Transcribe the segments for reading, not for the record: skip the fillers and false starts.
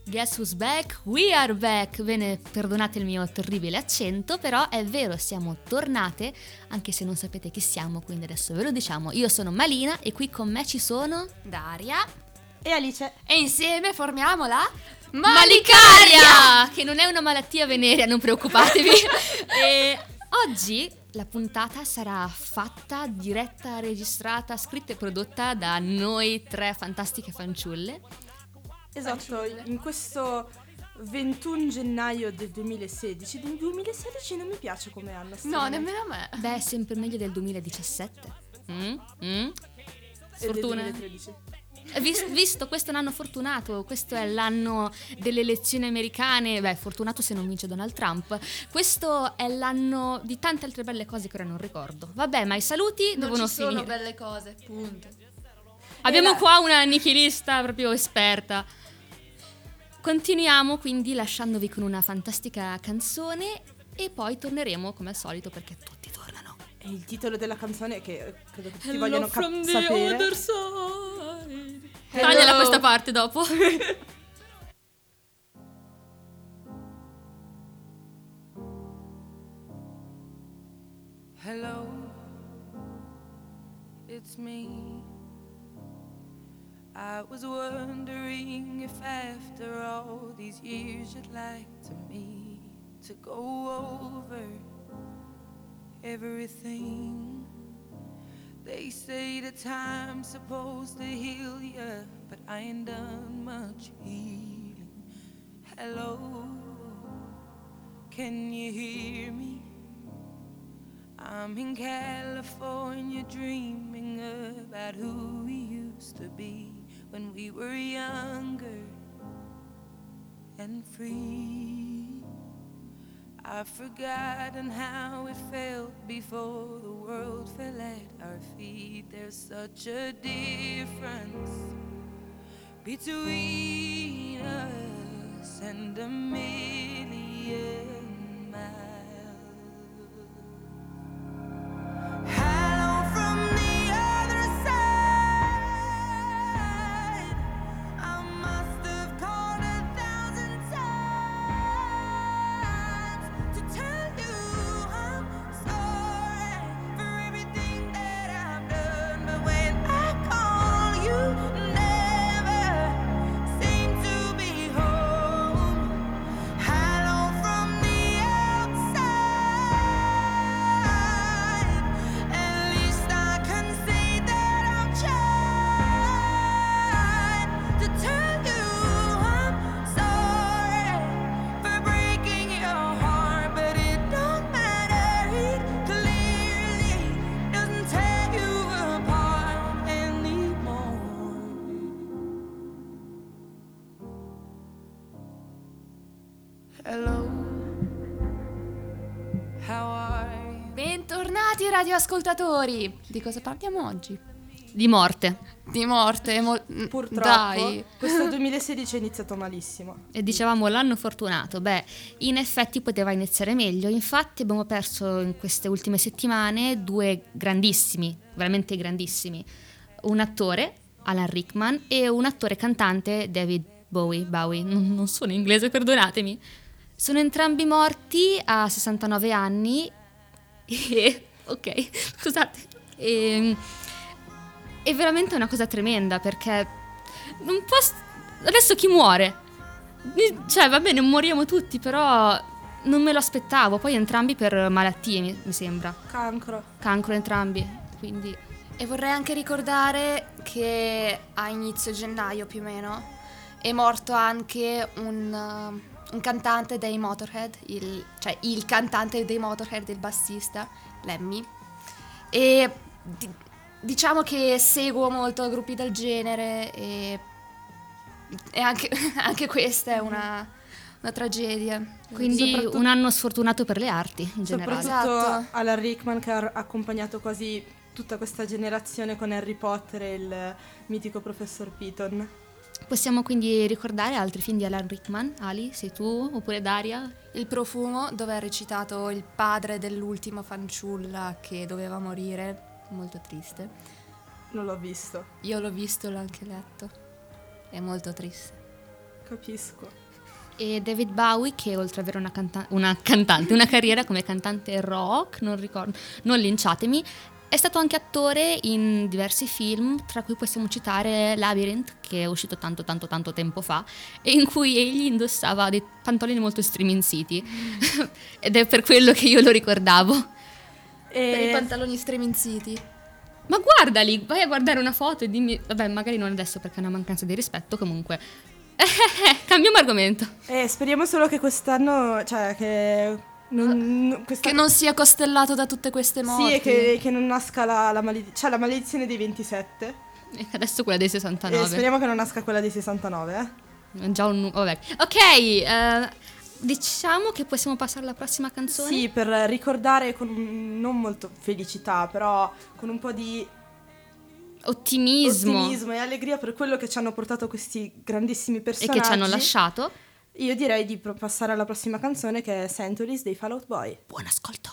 Guess who's back? We are back! Bene, perdonate il mio terribile accento, però è vero, siamo tornate, anche se non sapete chi siamo, quindi adesso ve lo diciamo. Io sono Malina e qui con me ci sono Daria e Alice. e insieme formiamo la Malicaria! Che non è una malattia venerea, non preoccupatevi. E oggi la puntata sarà fatta, diretta, registrata, scritta e prodotta da noi tre fantastiche fanciulle. Esatto, in questo 21 gennaio del 2016. Del 2016 non mi piace come anno. No, nemmeno a me. Beh, è sempre meglio del 2017. Sfortuna. E del 2013. Visto, questo è un anno fortunato, questo è l'anno delle elezioni americane, beh, fortunato se non vince Donald Trump. Questo è l'anno di tante altre belle cose che ora non ricordo. Vabbè, ma i saluti Non devono ci sono finire. belle cose, punto. Abbiamo qua una nichilista proprio esperta. Continuiamo quindi lasciandovi con una fantastica canzone e poi torneremo come al solito perché tutti tornano. E il titolo della canzone che credo che tutti vogliono sapere. Tagliala questa parte dopo. Hello, it's me. I was wondering if after all these years you'd like to me to go over everything. They say the time's supposed to heal ya, but I ain't done much healing. Hello, can you hear me? I'm in California dreaming about who we used to be when we were younger and free. I've forgotten how it felt before the world fell at our feet. There's such a difference between us and a million miles. Hello from the other side. I must have called 1,000 times to tell you I'm sorry for everything that I've done. But when I call, you never seem to be home. Hello from the outside. At least I can say that I've tried to tell you I'm sorry for breaking your heart, but it don't matter. It clearly doesn't tear you apart anymore. Hello, how are you? Bentornati radioascoltatori. Di cosa parliamo oggi? Di morte. Di morte. Purtroppo Dai. questo 2016 è iniziato malissimo. E dicevamo l'anno fortunato. Beh, in effetti poteva iniziare meglio. Infatti abbiamo perso in queste ultime settimane due grandissimi, veramente grandissimi. Un attore, Alan Rickman, e un attore cantante, David Bowie. Non sono inglese, perdonatemi. Sono entrambi morti a 69 anni e... ok, scusate. È veramente una cosa tremenda perché non posso... Adesso chi muore? Cioè, va bene, moriamo tutti, però non me lo aspettavo. Poi entrambi per malattie, mi sembra. Cancro entrambi, quindi... E vorrei anche ricordare che a inizio gennaio più o meno è morto anche un cantante dei Motorhead, il cantante dei Motorhead, il bassista, Lemmy. E diciamo che seguo molto gruppi del genere e anche questa è una tragedia. Quindi un anno sfortunato per le arti in generale. Soprattutto Esatto. Alan Rickman, che ha accompagnato quasi tutta questa generazione con Harry Potter e il mitico professor Piton. Possiamo quindi ricordare altri film di Alan Rickman? Ali, sei tu oppure Daria? Il profumo, dove ha recitato il padre dell'ultima fanciulla che doveva morire, molto triste. Non l'ho visto. Io l'ho visto, l'ho anche letto, è molto triste. Capisco. E David Bowie, che oltre ad avere una carriera come cantante rock, non ricordo, non linciatemi, è stato anche attore in diversi film, tra cui possiamo citare Labyrinth, che è uscito tanto tempo fa, e in cui egli indossava dei pantaloni molto striminziti. Ed è per quello che io lo ricordavo. Per i pantaloni striminziti. Ma guardali, vai a guardare una foto e dimmi... Vabbè, magari non adesso perché è una mancanza di rispetto, comunque. Cambiamo argomento. Speriamo solo che quest'anno, cioè che Che non sia costellato da tutte queste morti. Sì, e che non nasca la maledizione dei 27. E adesso quella dei 69. E speriamo che non nasca quella dei 69, È già un... Vabbè. Ok, diciamo che possiamo passare alla prossima canzone. Sì, per ricordare con non molto felicità, però con un po' di ottimismo e allegria per quello che ci hanno portato questi grandissimi personaggi e che ci hanno lasciato. Io direi di passare alla prossima canzone, che è Centuries dei Fall Out Boy. Buon ascolto.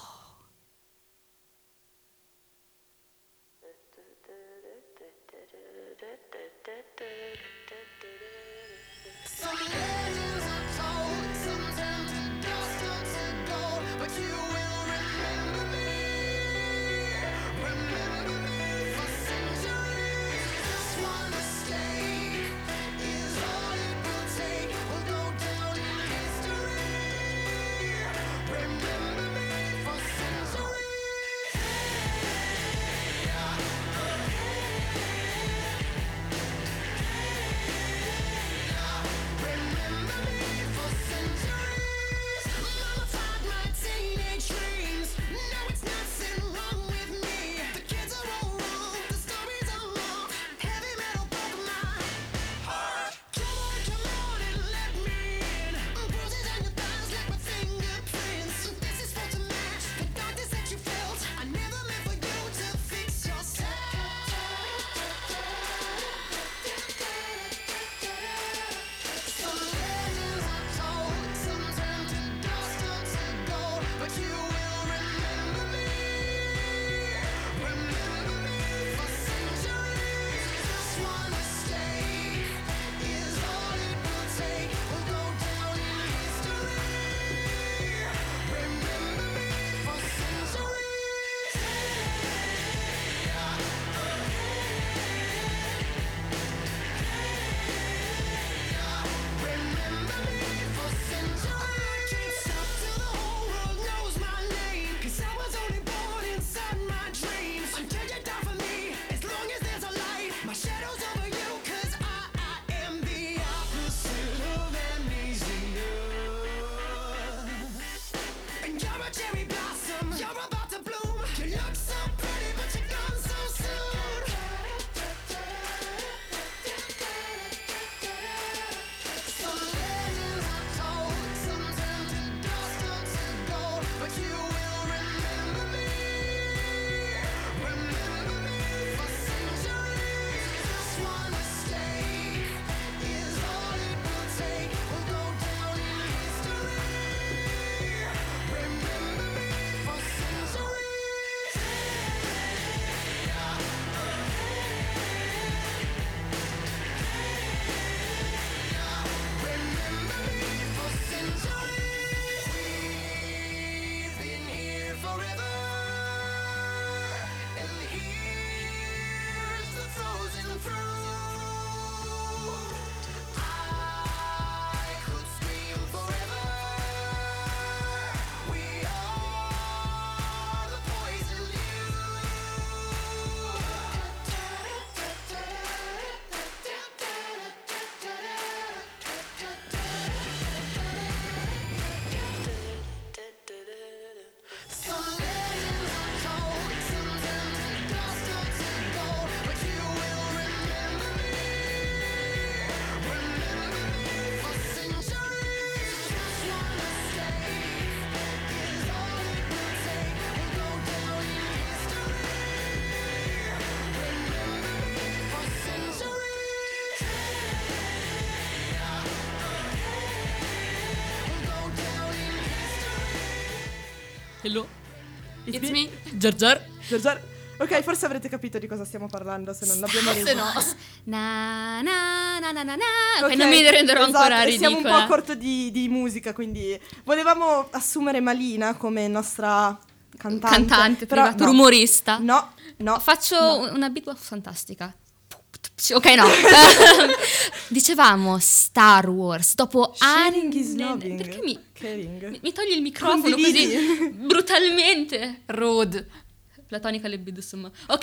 Hello, It's me, Jar Jar. Jar Jar. Ok, forse avrete capito di cosa stiamo parlando, se non l'abbiamo reso. Se no. Na na na na na na. Ok, Ok, non mi renderò esatto, ancora e ridicola. siamo un po' a corto di musica, quindi volevamo assumere Malina come nostra cantante. però privato, no. rumorista. No. Faccio no. una beatbox fantastica. Ok, no. Dicevamo Star Wars. Dopo Sharing anni. is loving. Perché mi Caring. togli il microfono Condividi. così brutalmente? Rude. Platonica libidus. Ok.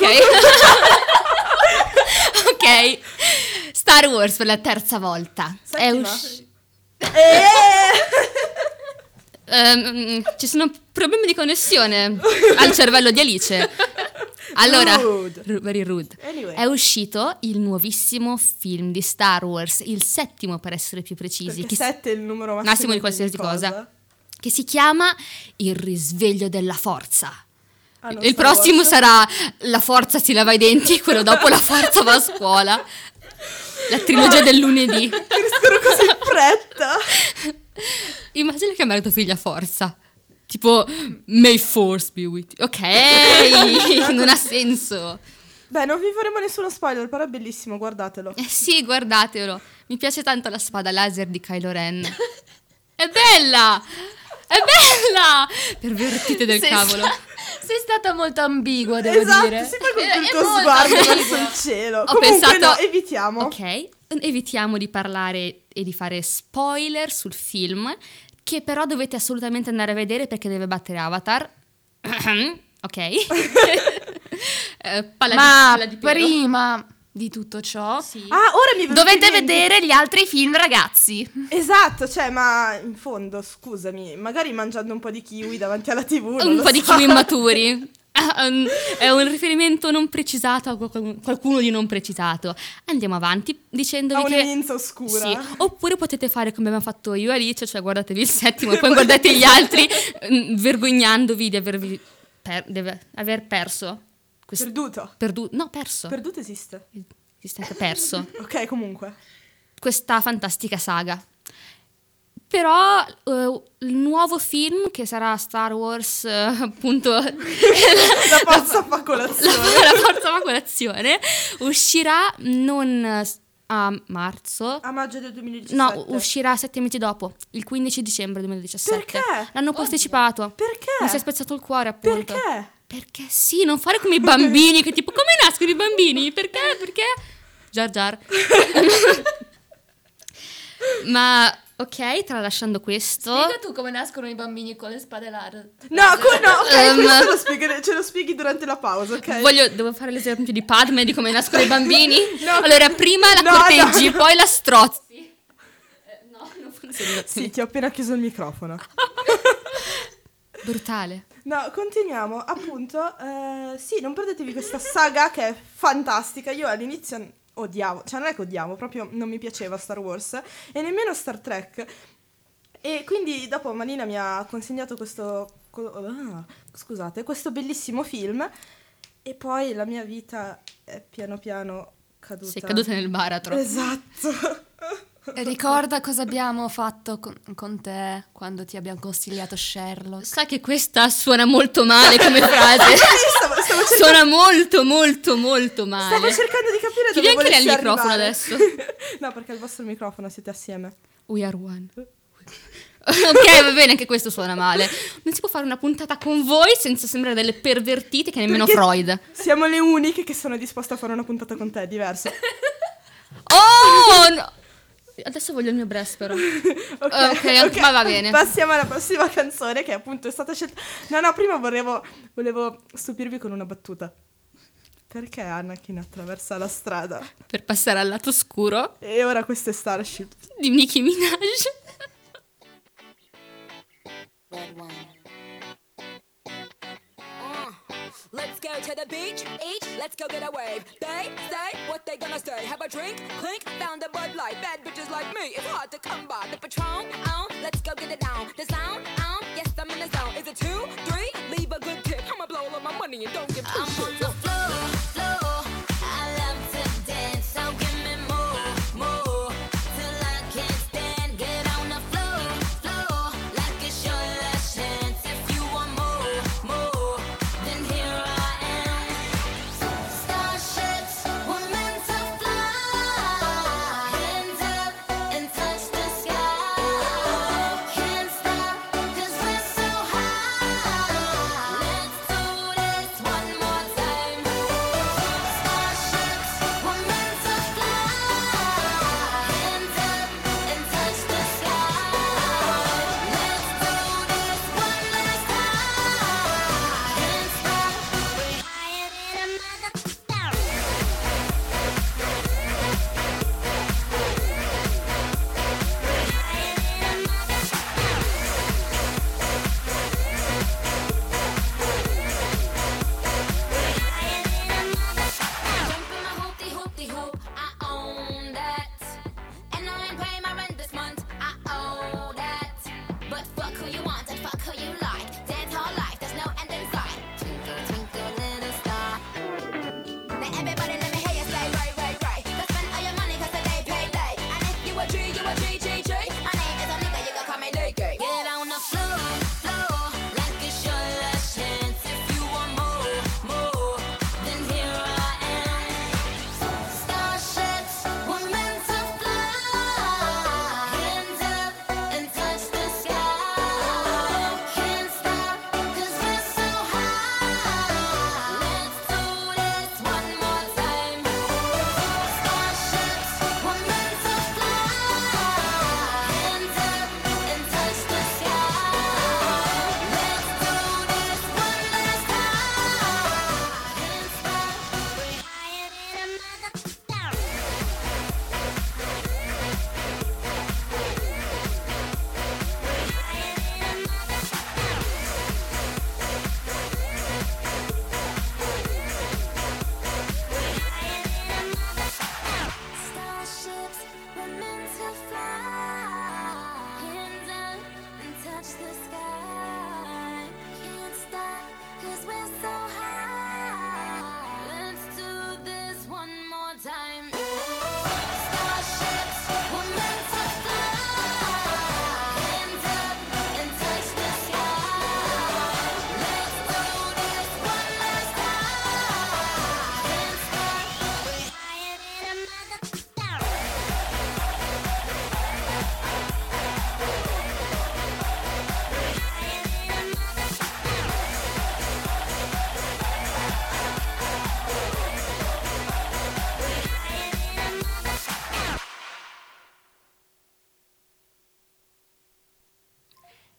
Ok. Star Wars per la terza volta. È Settima. Ci sono problemi di connessione al cervello di Alice. Allora, Rude. very rude. Anyway. È uscito il nuovissimo film di Star Wars, il 7° per essere più precisi, Perché 7 è il numero massimo massimo di qualsiasi cosa, che si chiama Il risveglio della forza. Ah, non Il Star prossimo Wars. sarà La forza si lava i denti, quello dopo La forza va a scuola. La trilogia del lunedì. Crescono così in fretta. Immagina chiamare tua figlia Forza. Tipo, May Force be with you. Ok, non ha senso. Beh, non vi faremo nessuno spoiler, però è bellissimo, guardatelo. Sì, guardatelo. Mi piace tanto la spada laser di Kylo Ren. È bella! È bella! Pervertite del cavolo. Sei stata molto ambigua, devo Esatto, dire. si fa con È il tuo molto sguardo ambigua. verso il cielo. Ho Comunque pensato- no, evitiamo. Ok, evitiamo di parlare e di fare spoiler sul film, che però dovete assolutamente andare a vedere perché deve battere Avatar. Ok. Palla Ma di pelo. prima di tutto ciò, Sì. Ah, ora mi è venuto dovete in mente. vedere gli altri film, ragazzi. Esatto, cioè, ma in fondo, scusami, magari mangiando un po' di kiwi davanti alla TV, non Un lo po' di so. kiwi immaturi. È un riferimento non precisato a qualcuno di non precisato. Andiamo avanti Ha dicendovi che un'evidenza oscura. sì, oppure potete fare come abbiamo fatto io e Alice, cioè guardatevi il 7° e poi guardate gli altri, vergognandovi di aver perso. Perduto. No, perso. Perduto esiste. Esiste anche perso. Ok, comunque. Questa fantastica saga. Però il nuovo film che sarà Star Wars, appunto, La forza fa colazione. la forza fa colazione, uscirà non a marzo. A maggio del 2017. No, uscirà 7 mesi dopo, il 15 dicembre 2017. Perché? L'hanno posticipato. Perché? Mi si è spezzato il cuore, appunto. Perché? Perché sì, non fare come i bambini, che tipo, come nascono i bambini? Perché? Jar Jar. Ma, ok, tralasciando questo... Spiega tu come nascono i bambini con le spade laser. No, ok, questo ce lo spieghi durante la pausa, ok? Devo fare l'esempio di Padme, di come nascono i bambini? No. Allora, prima la No, corteggi, no. poi la strozzi. No, non funziona. Sì, ti ho appena chiuso il microfono. Brutale. No, continuiamo. Appunto, sì, non perdetevi questa saga che è fantastica. Io all'inizio odiavo, cioè non è che odiavo, proprio non mi piaceva Star Wars e nemmeno Star Trek. E quindi dopo Malina mi ha consegnato questo bellissimo film e poi la mia vita è piano piano caduta. Sei caduta nel baratro. Esatto. Ricorda cosa abbiamo fatto con te quando ti abbiamo consigliato Sherlock. Sai che questa suona molto male come frase. Stavo cercando, Suona molto, molto, molto male. stavo cercando di capire Chiudi dove anche lei il volessi microfono arrivare. adesso. No, perché al vostro microfono siete assieme. We are one. Ok, va bene, anche questo suona male. Non si può fare una puntata con voi senza sembrare delle pervertite che nemmeno Perché Freud. Siamo le uniche che sono disposte a fare una puntata con te, è diverso. Oh, no. Adesso voglio il mio breast però. Ok, ma va bene. Passiamo alla prossima canzone che appunto è stata scelta. No, prima volevo stupirvi con una battuta. Perché Anakin attraversa la strada? Per passare al lato scuro E ora questo è Starship. di Nicki Minaj. Red wine. Let's go to the beach, each, let's go get a wave. They say what they gonna say. Have a drink, clink, found a Bud Light. Bad bitches like me, it's hard to come by. The Patron, let's go get it down. The sound, yes, I'm in the zone. Is it 2, 3? Leave a good tip. I'ma blow all of my money and don't give two shits. I'm on the floor, I love to dance, so give me more, till I can't stand. Get on the floor, like it's your last chance. If you want more, then here I am.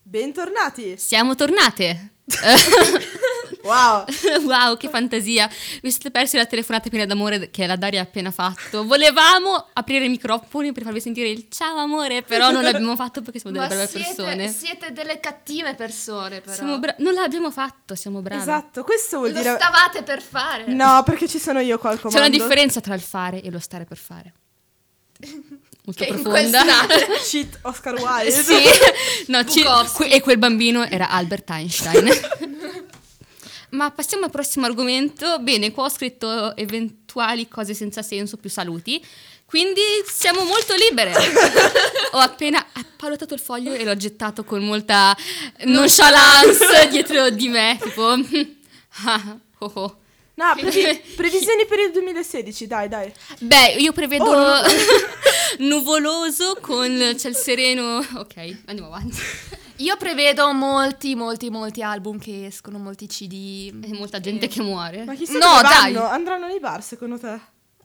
Bentornati. Siamo tornate. Wow. Wow, che fantasia. Vi siete persi la telefonata piena d'amore che la Daria ha appena fatto. Volevamo aprire i microfoni per farvi sentire il ciao amore, però non l'abbiamo fatto perché siamo delle brave persone. Siete delle cattive persone, però. Non l'abbiamo fatto, siamo bravi. Esatto, questo vuol Lo dire... stavate per fare. No, perché ci sono io qua al C'è comando. una differenza tra il fare e lo stare per fare. Molto Che in profonda. quest'anno- Cheat Oscar Wilde. Sì. No, e quel bambino era Albert Einstein. Ma passiamo al prossimo argomento. Bene, qua ho scritto eventuali cose senza senso più saluti, quindi siamo molto libere. Ho appena appallottato il foglio e l'ho gettato con molta nonchalance dietro di me, tipo ah, oh oh. No, previsioni per il 2016, dai. Beh, io prevedo nuvoloso con ciel sereno. Ok, andiamo avanti. Io prevedo molti album che escono, molti CD. E molta gente che muore. Ma chissà No, dove dai. vanno? Andranno nei bar, secondo te?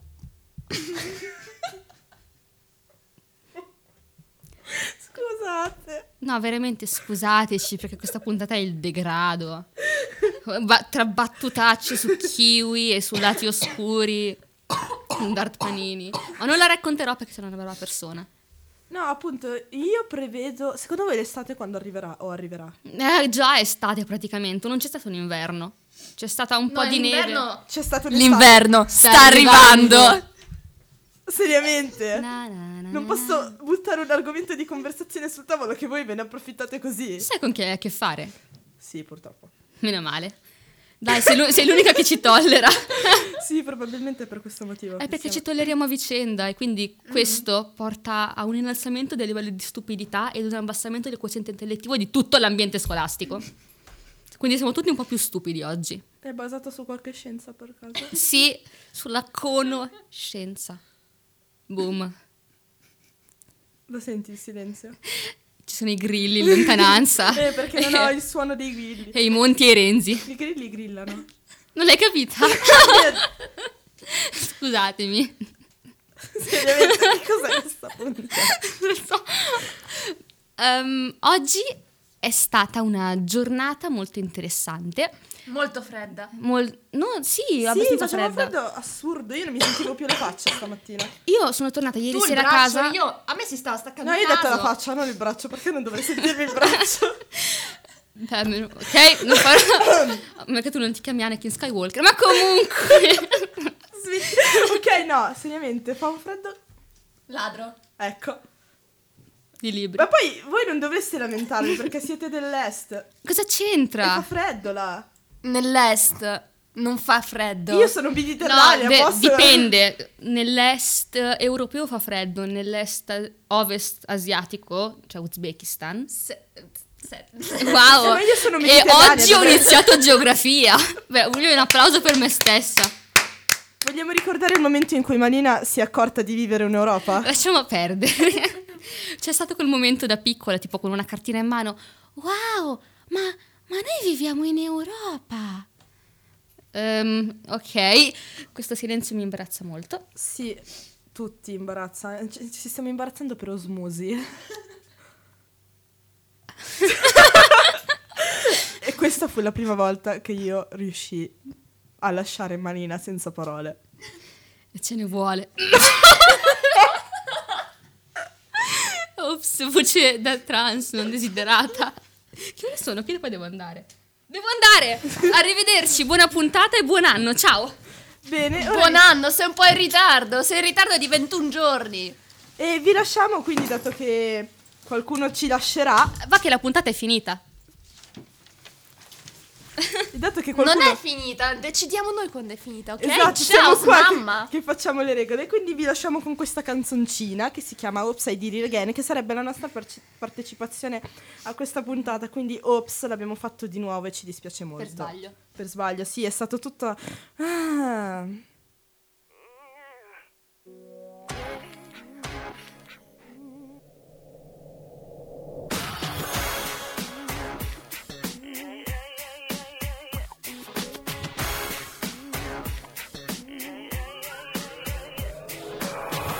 Scusate. No, veramente scusateci perché questa puntata è il degrado. Tra battutacce su Kiwi e su lati oscuri, un Dart Panini. Ma non la racconterò perché sono una brava persona. No, appunto, io prevedo... Secondo voi l'estate quando arriverà o arriverà? Già è estate praticamente, non c'è stato un inverno. C'è stata un po' di neve. C'è stato un'estate. L'inverno sta arrivando. Seriamente? Na, na, na, Non na. posso buttare un argomento di conversazione sul tavolo che voi ve ne approfittate così? Sai con chi hai a che fare? Sì, purtroppo. Meno male. Dai, sei l'unica che ci tollera. Sì, probabilmente è per questo motivo. È perché ci tolleriamo a vicenda e quindi questo porta a un innalzamento del livello di stupidità ed un abbassamento del quoziente intellettivo di tutto l'ambiente scolastico. Quindi siamo tutti un po' più stupidi oggi. È basato su qualche scienza, per caso? Sì, sulla conoscenza. Boom. Lo senti il silenzio? Ci sono i grilli in lontananza. Perché non ho il suono dei grilli. E i monti e i renzi. I grilli grillano. Non l'hai capita? Scusatemi. Seriamente, che cos'è questa puntata? Non so. Oggi è stata una giornata molto interessante. Molto fredda. Sì, Abbastanza faceva un fredda. freddo assurdo. Io non mi sentivo più la faccia stamattina. Io sono tornata ieri Tu il sera a braccio, casa. a me si stava staccando No, il io ho detto naso. la faccia, non il braccio. Perché non dovrei sentirmi il braccio? Ok, non farò. Perché tu non ti chiami Anakin Skywalker. Ma comunque. Ok, no, seriamente, fa un freddo. Ladro. Ecco. Di libri. Ma poi voi non dovreste lamentarvi perché siete dell'est. Cosa E fa c'entra? freddo là. Nell'est non fa freddo. Io sono mediterranea, posso... Dipende. Nell'est europeo fa freddo, nell'est ovest asiatico, cioè Uzbekistan. Wow! Ma io sono E mediterranea, oggi ho dovrei- iniziato geografia. Beh, voglio un applauso per me stessa. Vogliamo ricordare il momento in cui Malina si è accorta di vivere in Europa? Lasciamo perdere. C'è stato quel momento da piccola, tipo con una cartina in mano. Wow, ma noi viviamo in Europa. Ok, questo silenzio mi imbarazza molto. Sì, tutti imbarazzano. Ci stiamo imbarazzando per osmosi. E questa fu la prima volta che io riuscii a lasciare Malina senza parole. E ce ne vuole. Ops, voce da trans non desiderata. Che ore sono? Che poi devo andare? Devo andare! Arrivederci, buona puntata e buon anno, ciao! Bene, ora Buon anno, sei un po' in ritardo. Sei in ritardo di 21 giorni. e vi lasciamo quindi, dato che qualcuno ci lascerà, Va che la puntata è finita. dato che qualcuno... Non è finita, decidiamo noi quando è finita, ok? Esatto, Ciao, siamo qua mamma. che facciamo le regole. Quindi vi lasciamo con questa canzoncina che si chiama Oops, I Did It Again, che sarebbe la nostra partecipazione a questa puntata. Quindi Ops, l'abbiamo fatto di nuovo e ci dispiace molto. Per sbaglio. Per sbaglio, sì, è stato tutto... Ah.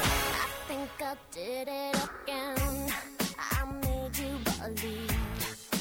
Think I did it again. I made you believe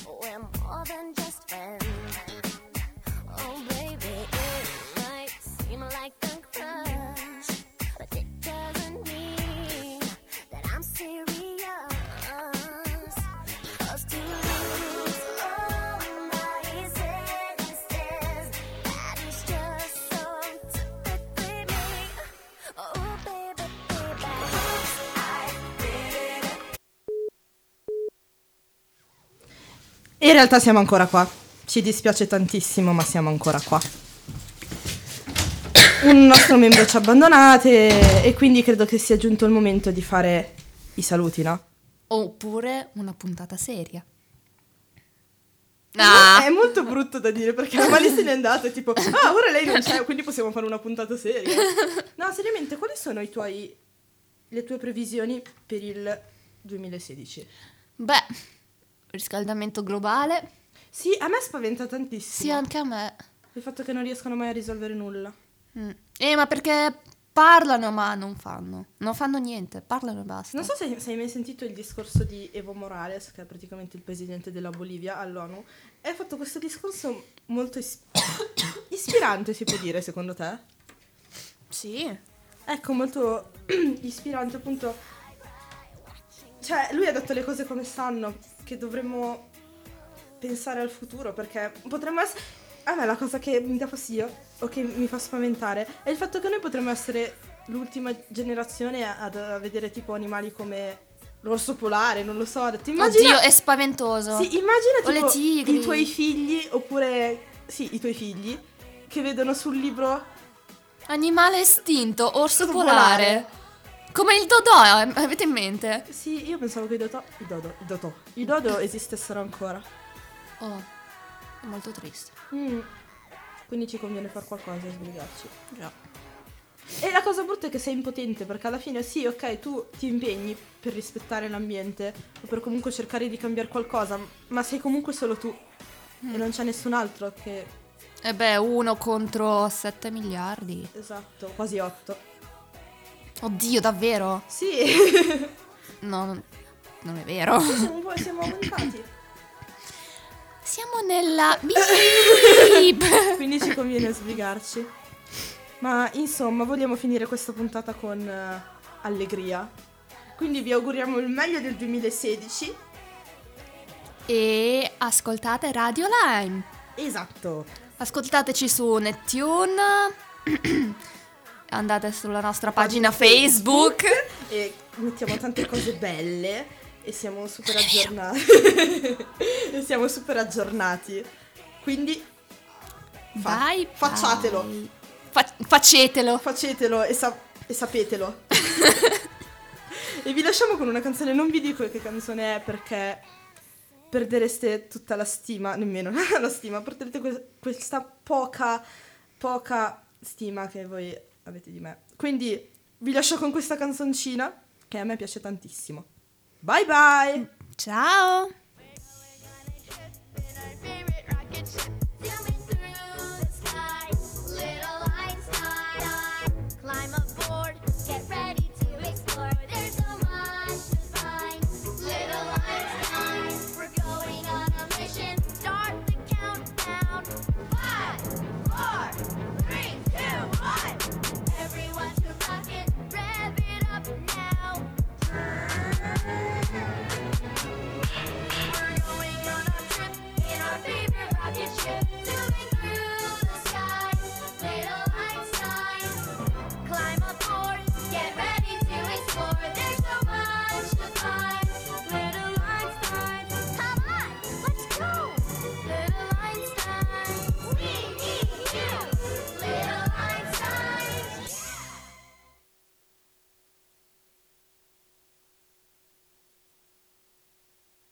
E in realtà siamo ancora qua. Ci dispiace tantissimo, ma siamo ancora qua. Un nostro membro ci ha abbandonate e quindi credo che sia giunto il momento di fare i saluti, no? Oppure una puntata seria. È molto brutto da dire perché la Mali se n'è andata e tipo, ora lei non c'è, quindi possiamo fare una puntata seria. No, seriamente, quali sono le tue previsioni per il 2016? Beh, riscaldamento globale. Sì, a me spaventa tantissimo. Sì, anche a me. Il fatto che non riescano mai a risolvere nulla. Ma perché parlano ma non fanno. Non fanno niente, parlano e basta. Non so se hai mai sentito il discorso di Evo Morales, che è praticamente il presidente della Bolivia all'ONU. E ha fatto questo discorso molto ispirante, si può dire, secondo te? Sì. Ecco, molto ispirante, appunto. Cioè, lui ha detto le cose come stanno, che dovremmo pensare al futuro, perché potremmo essere... A me la cosa che mi dà fastidio, o che mi fa spaventare, è il fatto che noi potremmo essere l'ultima generazione a vedere tipo animali come l'orso polare, non lo so. Ti immagina... Oddio, è spaventoso. Sì, immagina O le tipo tigri. i tuoi figli, oppure... Sì, i tuoi figli, che vedono sul libro... Animale estinto, orso Orso polare. polare. Come il dodò, avete in mente? Sì, io pensavo che i dodo esistessero ancora. Oh, è molto triste. Quindi ci conviene fare qualcosa e sbrigarci. Già. E la cosa brutta è che sei impotente, perché alla fine sì, ok, tu ti impegni per rispettare l'ambiente o per comunque cercare di cambiare qualcosa, ma sei comunque solo tu e non c'è nessun altro che... E beh, 1 contro 7 miliardi. Esatto, quasi 8. Oddio, davvero? Sì, No, non è vero. siamo aumentati. Siamo nella beep. Quindi ci conviene sbrigarci. Ma insomma, vogliamo finire questa puntata con allegria. Quindi vi auguriamo il meglio del 2016. E ascoltate Radio Lime. Esatto. Ascoltateci su Nettune. Andate sulla nostra pagina Facebook. E mettiamo tante cose belle e siamo super aggiornati. E siamo super aggiornati. Quindi Bye, facciatelo. bye. Facetelo. Facetelo e sapetelo. E vi lasciamo con una canzone, non vi dico che canzone è perché perdereste tutta la stima, nemmeno la stima, perderete questa poca stima che voi avete di me. Quindi vi lascio con questa canzoncina che a me piace tantissimo. Bye bye! Ciao.